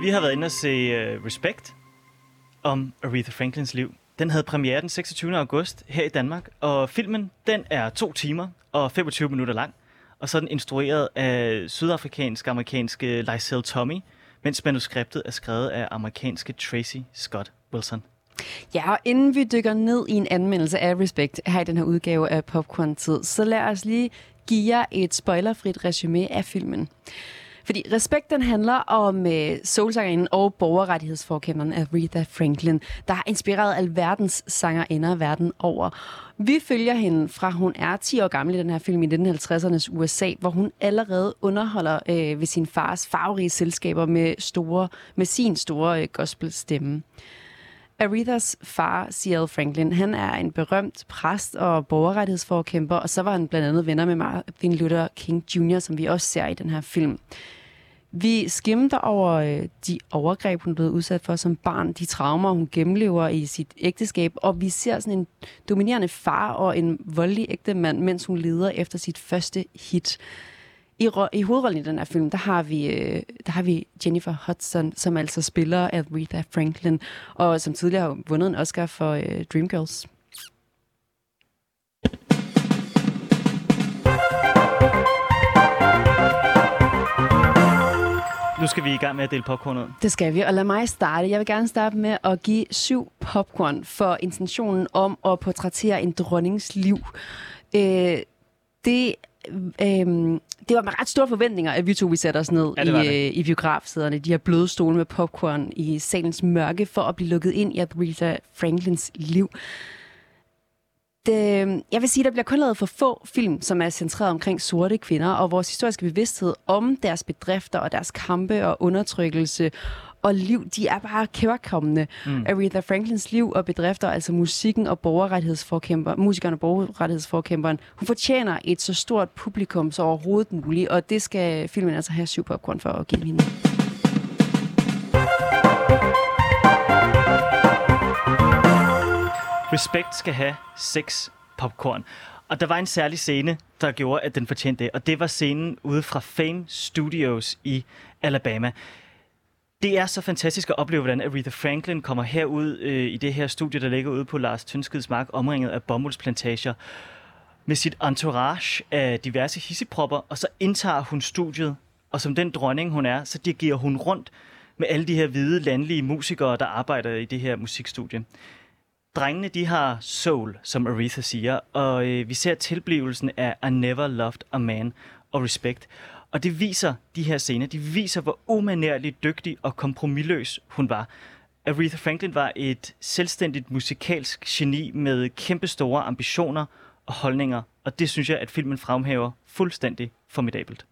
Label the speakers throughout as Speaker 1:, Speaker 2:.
Speaker 1: vi har været inde og se Respect om Aretha Franklins liv. Den havde premiere den 26. august her i Danmark, og filmen den er 2 timer og 25 minutter lang, og så er den instrueret af sydafrikansk-amerikanske Lyselle Tommy, mens manuskriptet er skrevet af amerikanske Tracy Scott Wilson.
Speaker 2: Ja, og inden vi dykker ned i en anmeldelse af Respect her i den her udgave af Popcorn-tid, så lad os lige give jer et spoilerfrit resumé af filmen. Fordi Respect, den handler om soulsangerinden og borgerrettighedsforkæmperen Aretha Franklin, der har inspireret alverdens sangerinder verden over. Vi følger hende fra hun er 10 år gammel i den her film i 1950'ernes USA, hvor hun allerede underholder ved sin fars farverige selskaber med sin store gospelstemme. Arethas far, C.L. Franklin, han er en berømt præst og borgerrettighedsforkæmper, og så var han blandt andet venner med Martin Luther King Jr., som vi også ser i den her film. Vi skimter over de overgreb, hun blev udsat for som barn, de traumer, hun gennemlever i sit ægteskab, og vi ser sådan en dominerende far og en voldelig ægtemand, mens hun leder efter sit første hit. I hovedrollen i den her film, der har vi Jennifer Hudson, som altså spiller Aretha Franklin, og som tidligere har vundet en Oscar for Dreamgirls.
Speaker 1: Nu skal vi i gang med at dele popcorn ud.
Speaker 2: Det skal vi, og lad mig starte. Jeg vil gerne starte med at give 7 popcorn for intentionen om at portrættere en dronnings liv. Det var med ret store forventninger, at vi satte os ned i biografsæderne, de her bløde stole med popcorn i salens mørke, for at blive lukket ind i Aretha Franklins liv. Jeg vil sige, at der bliver kun lavet for få film, som er centreret omkring sorte kvinder, og vores historiske bevidsthed om deres bedrifter og deres kampe og undertrykkelse og liv, de er bare kærkommende. Aretha Franklins liv og bedrifter, altså musikeren og borgerrettighedsforkæmperen, hun fortjener et så stort publikum så overhovedet muligt, og det skal filmen altså have 7 popcorn for at give hende.
Speaker 1: Respect skal have 6 popcorn. Og der var en særlig scene, der gjorde, at den fortjente det, og det var scenen ude fra Fame Studios i Alabama. Det er så fantastisk at opleve, hvordan Aretha Franklin kommer herud i det her studie, der ligger ude på Lars Tyndskids Mark, omringet af bomuldsplantager, med sit entourage af diverse hissepropper, og så indtager hun studiet, og som den dronning hun er, så dirigerer hun rundt med alle de her hvide, landlige musikere, der arbejder i det her musikstudie. Drengene, de har soul, som Aretha siger, og vi ser tilblivelsen af I Never Loved a Man og Respect. Og det viser de her scener, de viser, hvor umanerligt dygtig og kompromisløs hun var. Aretha Franklin var et selvstændigt musikalsk geni med kæmpestore ambitioner og holdninger, og det synes jeg, at filmen fremhæver fuldstændig formidabelt.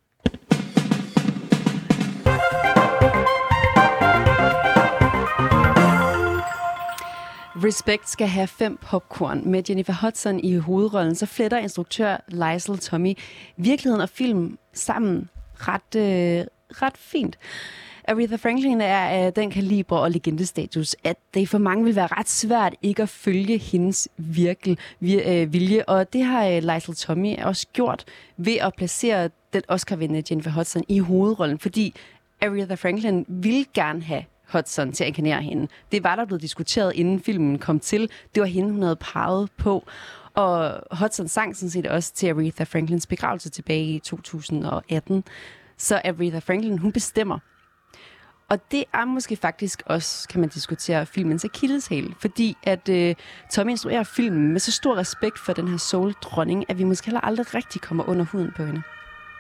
Speaker 2: Respect skal have 5 popcorn. Med Jennifer Hudson i hovedrollen, så fletter instruktør Lyselle Tommy virkeligheden og film sammen ret fint. Aretha Franklin er af den kaliber og legendestatus, at det for mange vil være ret svært ikke at følge hendes vilje, og det har Lyselle Tommy også gjort ved at placere den Oscar-vindende Jennifer Hudson i hovedrollen, fordi Aretha Franklin ville gerne have Hudson til at inkarnere hende. Det var der blevet diskuteret, inden filmen kom til. Det var hende, hun havde peget på. Og Hudson sang sådan set også til Aretha Franklins begravelse tilbage i 2018. Så Aretha Franklin, hun bestemmer. Og det er måske faktisk også, kan man diskutere, filmens akilleshæl. Fordi at Tommy instruerer filmen med så stor respekt for den her soul-dronning, at vi måske heller aldrig rigtig kommer under huden på hende.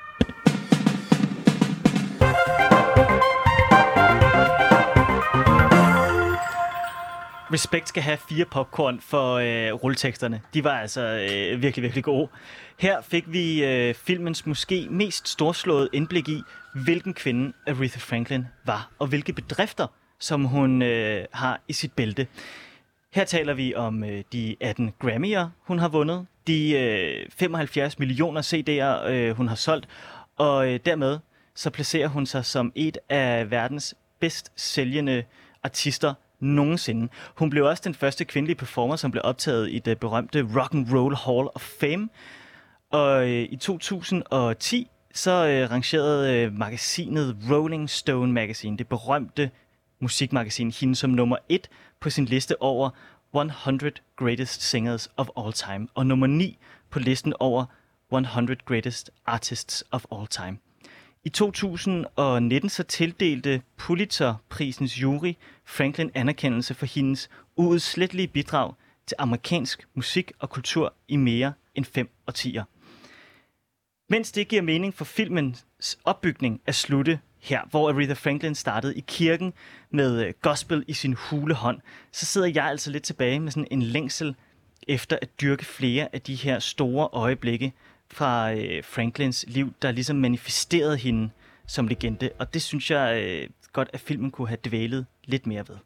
Speaker 1: Respect skal have 4 popcorn for rulleteksterne. De var altså virkelig, virkelig gode. Her fik vi filmens måske mest storslåede indblik i, hvilken kvinde Aretha Franklin var, og hvilke bedrifter, som hun har i sit bælte. Her taler vi om de 18 Grammy'er, hun har vundet, de 75 millioner CD'er, hun har solgt, og dermed så placerer hun sig som et af verdens bedst sælgende artister nogensinde. Hun blev også den første kvindelige performer, som blev optaget i det berømte Rock and Roll Hall of Fame. Og i 2010, så rangerede magasinet Rolling Stone Magazine, det berømte musikmagasin, hende som nummer 1 på sin liste over 100 Greatest Singers of All Time, og nummer 9 på listen over 100 Greatest Artists of All Time. I 2019 så tildelte Pulitzer-prisens jury Franklin anerkendelse for hendes uudslettelige bidrag til amerikansk musik og kultur i mere end 5 årtier. Mens det giver mening for filmens opbygning at slutte her, hvor Aretha Franklin startede i kirken med gospel i sin hule hånd, så sidder jeg altså lidt tilbage med sådan en længsel efter at dyrke flere af de her store øjeblikke fra Franklins liv, der ligesom manifesterede hende som legende. Og det synes jeg godt, at filmen kunne have dvælet lidt mere ved.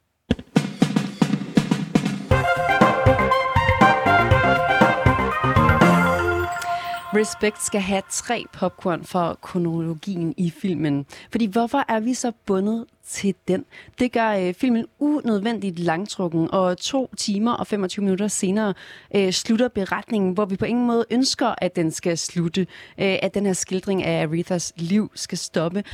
Speaker 2: Respect skal have 3 popcorn for kronologien i filmen. Fordi hvorfor er vi så bundet til den? Det gør filmen unødvendigt langtrukken, og 2 timer og 25 minutter senere slutter beretningen, hvor vi på ingen måde ønsker, at den skal slutte. At den her skildring af Arethas liv skal stoppe.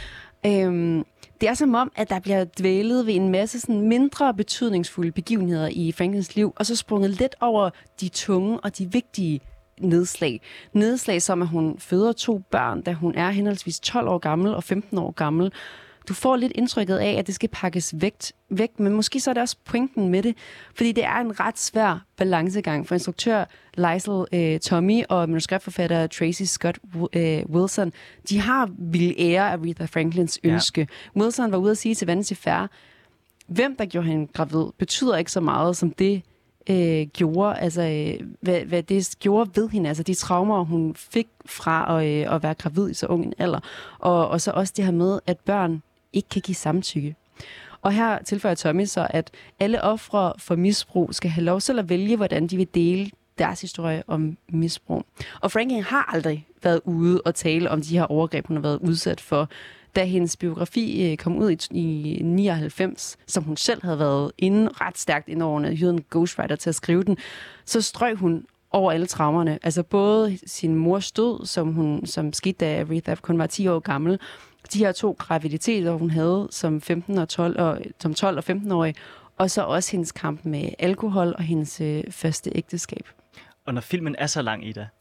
Speaker 2: Det er som om, at der bliver dvælet ved en masse sådan mindre betydningsfulde begivenheder i Franklins liv, og så sprunget lidt over de tunge og de vigtige nedslag. Nedslag som, at hun føder 2 børn, da hun er henholdsvis 12 år gammel og 15 år gammel. Du får lidt indtrykket af, at det skal pakkes væk, men måske så er det også pointen med det, fordi det er en ret svær balancegang for instruktør Liesl Tommy og manuskriptforfatter Tracy Scott Wilson. De har ville ære af Aretha Franklins ønske. Ja. Wilson var ude at sige til Vanity Fair, hvem der gjorde hende gravid, betyder ikke så meget som det, gjorde, altså hvad det gjorde ved hende, altså de traumer, hun fik fra at være gravid i så ung en alder, og så også det her med, at børn ikke kan give samtykke. Og her tilføjer Tommy så, at alle ofre for misbrug skal have lov selv at vælge, hvordan de vil dele deres historie om misbrug. Og Franklin har aldrig været ude og tale om de her overgreb, hun har været udsat for. Da hendes biografi kom ud i 99, som hun selv havde været ret stærkt ind over, og hyrede en ghostwriter til at skrive den, så strøg hun over alle traumerne. Altså både sin mors død, som skete, da Aretha kun var 10 år gammel, de her 2 graviditeter, hun havde som 12 og 15-årig, og så også hendes kamp med alkohol og hendes første ægteskab.
Speaker 1: Og når filmen er så lang, Ida,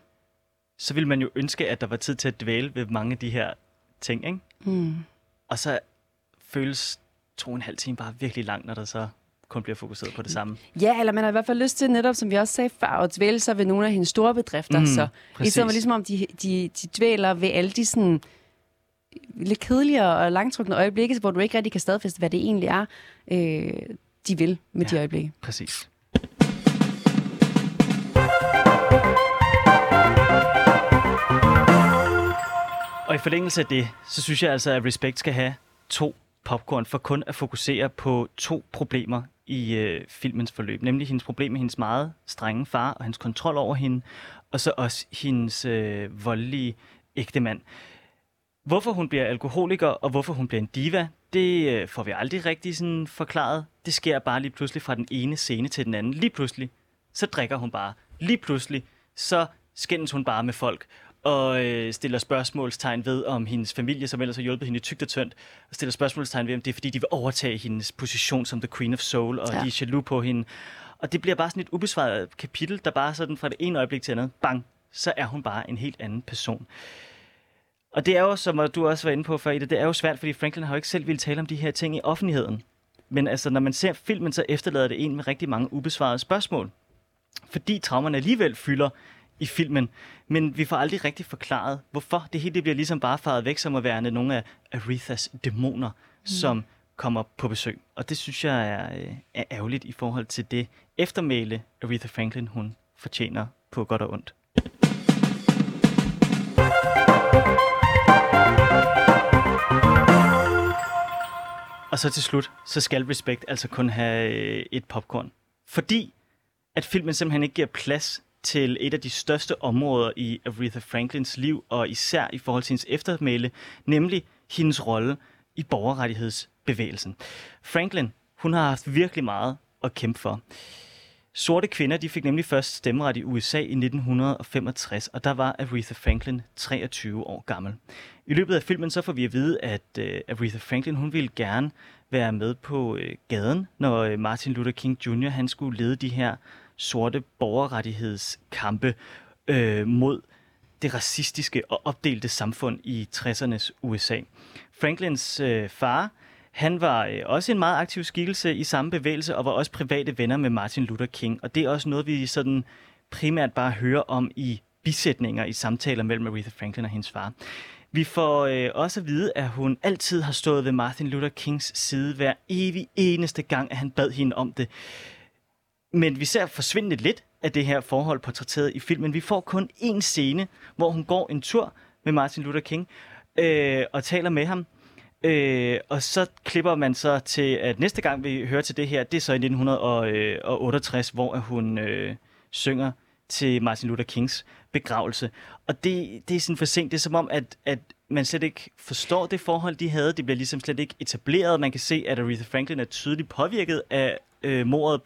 Speaker 1: så vil man jo ønske, at der var tid til at dvæle ved mange af de her ting, ikke? Og så føles 2,5 timer bare virkelig langt, når der så kun bliver fokuseret på det samme. Ja,
Speaker 2: eller man har i hvert fald lyst til, netop som vi også sagde før, at dvæle sig ved nogle af hendes store bedrifter. Så i stedet for ligesom om de dvæler ved alle de sådan lidt kedeligere og langtrukne øjeblikke, hvor du ikke rigtig kan stadfæste, hvad det egentlig er, de vil med de øjeblikke.
Speaker 1: Præcis. Og i forlængelse af det, så synes jeg altså, at Respect skal have 2 popcorn for kun at fokusere på 2 problemer i filmens forløb. Nemlig hendes problem med hendes meget strenge far og hans kontrol over hende, og så også hendes voldelige ægtemand. Hvorfor hun bliver alkoholiker, og hvorfor hun bliver en diva, det får vi aldrig rigtig sådan forklaret. Det sker bare lige pludselig fra den ene scene til den anden. Lige pludselig, så drikker hun bare. Lige pludselig, så skændes hun bare med folk og stiller spørgsmålstegn ved, om hendes familie, som ellers har hjulpet hende i tykt og tyndt, og stiller spørgsmålstegn ved, om det er, fordi de vil overtage hendes position som The Queen of Soul, og de er jaloux på hende. Og det bliver bare sådan et ubesvaret kapitel, der bare sådan fra det ene øjeblik til andet, bang, så er hun bare en helt anden person. Og det er jo, som du også var inde på før, Ida, det er jo svært, fordi Franklin har jo ikke selv ville tale om de her ting i offentligheden. Men altså, når man ser filmen, så efterlader det en med rigtig mange ubesvarede spørgsmål. Fordi traumerne alligevel fylder i filmen, men vi får aldrig rigtig forklaret, hvorfor det hele bliver ligesom bare faret væk som at være nogle af Arethas dæmoner, som kommer på besøg. Og det synes jeg er ærgerligt i forhold til det eftermæle, Aretha Franklin, hun fortjener på godt og ondt. Og så til slut, så skal Respect altså kun have et popcorn. Fordi at filmen simpelthen ikke giver plads til et af de største områder i Aretha Franklins liv, og især i forhold til hendes eftermæle, nemlig hendes rolle i borgerrettighedsbevægelsen. Franklin, hun har haft virkelig meget at kæmpe for. Sorte kvinder, de fik nemlig først stemmeret i USA i 1965, og der var Aretha Franklin 23 år gammel. I løbet af filmen så får vi at vide, at Aretha Franklin, hun ville gerne være med på gaden, når Martin Luther King Jr. han skulle lede de her sorte borgerrettighedskampe mod det racistiske og opdelte samfund i 60'ernes USA. Franklins far, han var også en meget aktiv skikkelse i samme bevægelse og var også private venner med Martin Luther King. Og det er også noget, vi sådan primært bare hører om i bisætninger i samtaler mellem Aretha Franklin og hendes far. Vi får også at vide, at hun altid har stået ved Martin Luther Kings side hver evig eneste gang, at han bad hende om det. Men vi ser forsvindende lidt af det her forhold portrætteret i filmen. Vi får kun én scene, hvor hun går en tur med Martin Luther King og taler med ham. Og så klipper man så til, at næste gang vi hører til det her, det er så i 1968, hvor hun synger til Martin Luther Kings begravelse. Og det er sådan for sent. Det er som om, at man slet ikke forstår det forhold, de havde. Det bliver ligesom slet ikke etableret. Man kan se, at Aretha Franklin er tydeligt påvirket af mordet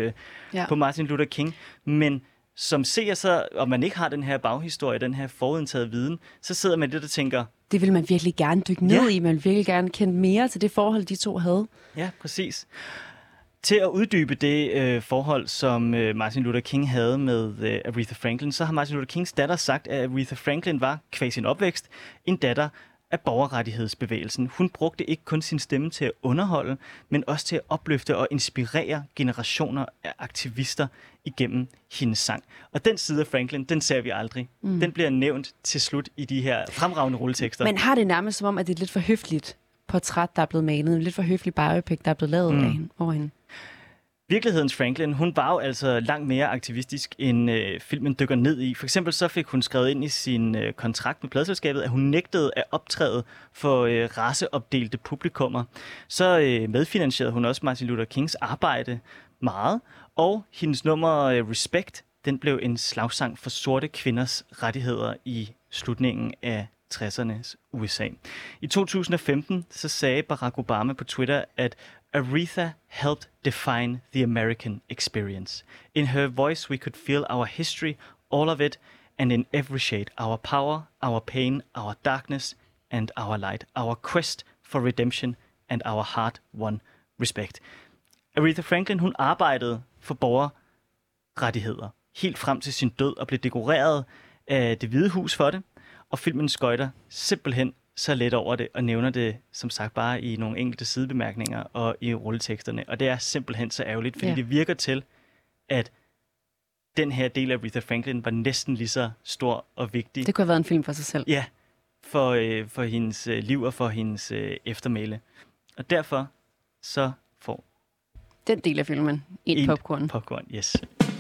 Speaker 1: på Martin Luther King. Men som seer så, og man ikke har den her baghistorie, den her forudindtaget viden, så sidder man lidt og tænker... Det
Speaker 2: vil man virkelig gerne dykke ned i. Man vil virkelig gerne kende mere til det forhold, de to havde.
Speaker 1: Ja, præcis. Til at uddybe det forhold, som Martin Luther King havde med Aretha Franklin, så har Martin Luther Kings datter sagt, at Aretha Franklin var, qua sin opvækst, en datter af borgerrettighedsbevægelsen. Hun brugte ikke kun sin stemme til at underholde, men også til at opløfte og inspirere generationer af aktivister igennem hendes sang. Og den side af Franklin, den ser vi aldrig. Den bliver nævnt til slut i de her fremragende rulletekster.
Speaker 2: Men har det nærmest som om, at det er et lidt for høfligt portræt, der er blevet malet, en lidt for høflig biopic, der er blevet lavet af hende, over hende?
Speaker 1: Virkelighedens Franklin, hun var jo altså langt mere aktivistisk, end filmen dykker ned i. For eksempel så fik hun skrevet ind i sin kontrakt med pladeselskabet, at hun nægtede at optræde for raceopdelte publikummer. Så medfinansierede hun også Martin Luther Kings arbejde meget, og hendes nummer Respect, den blev en slagsang for sorte kvinders rettigheder i slutningen af 60'ernes USA. I 2015 så sagde Barack Obama på Twitter, at Aretha helped define the American experience. In her voice we could feel our history, all of it, and in every shade, our power, our pain, our darkness, and our light, our quest for redemption, and our hard-won respect. Aretha Franklin, hun arbejdede for borgerrettigheder helt frem til sin død og blev dekoreret af Det Hvide Hus for det, og filmen skøjter simpelthen så let over det og nævner det, som sagt, bare i nogle enkelte sidebemærkninger og i rulleteksterne. Og det er simpelthen så ærgerligt, fordi det virker til, at den her del af Aretha Franklin var næsten lige så stor og vigtig.
Speaker 2: Det kunne have været en film for sig selv.
Speaker 1: Ja, for hendes liv og for hendes eftermæle. Og derfor så får
Speaker 2: den del af filmen en popcorn.
Speaker 1: Popcorn, yes.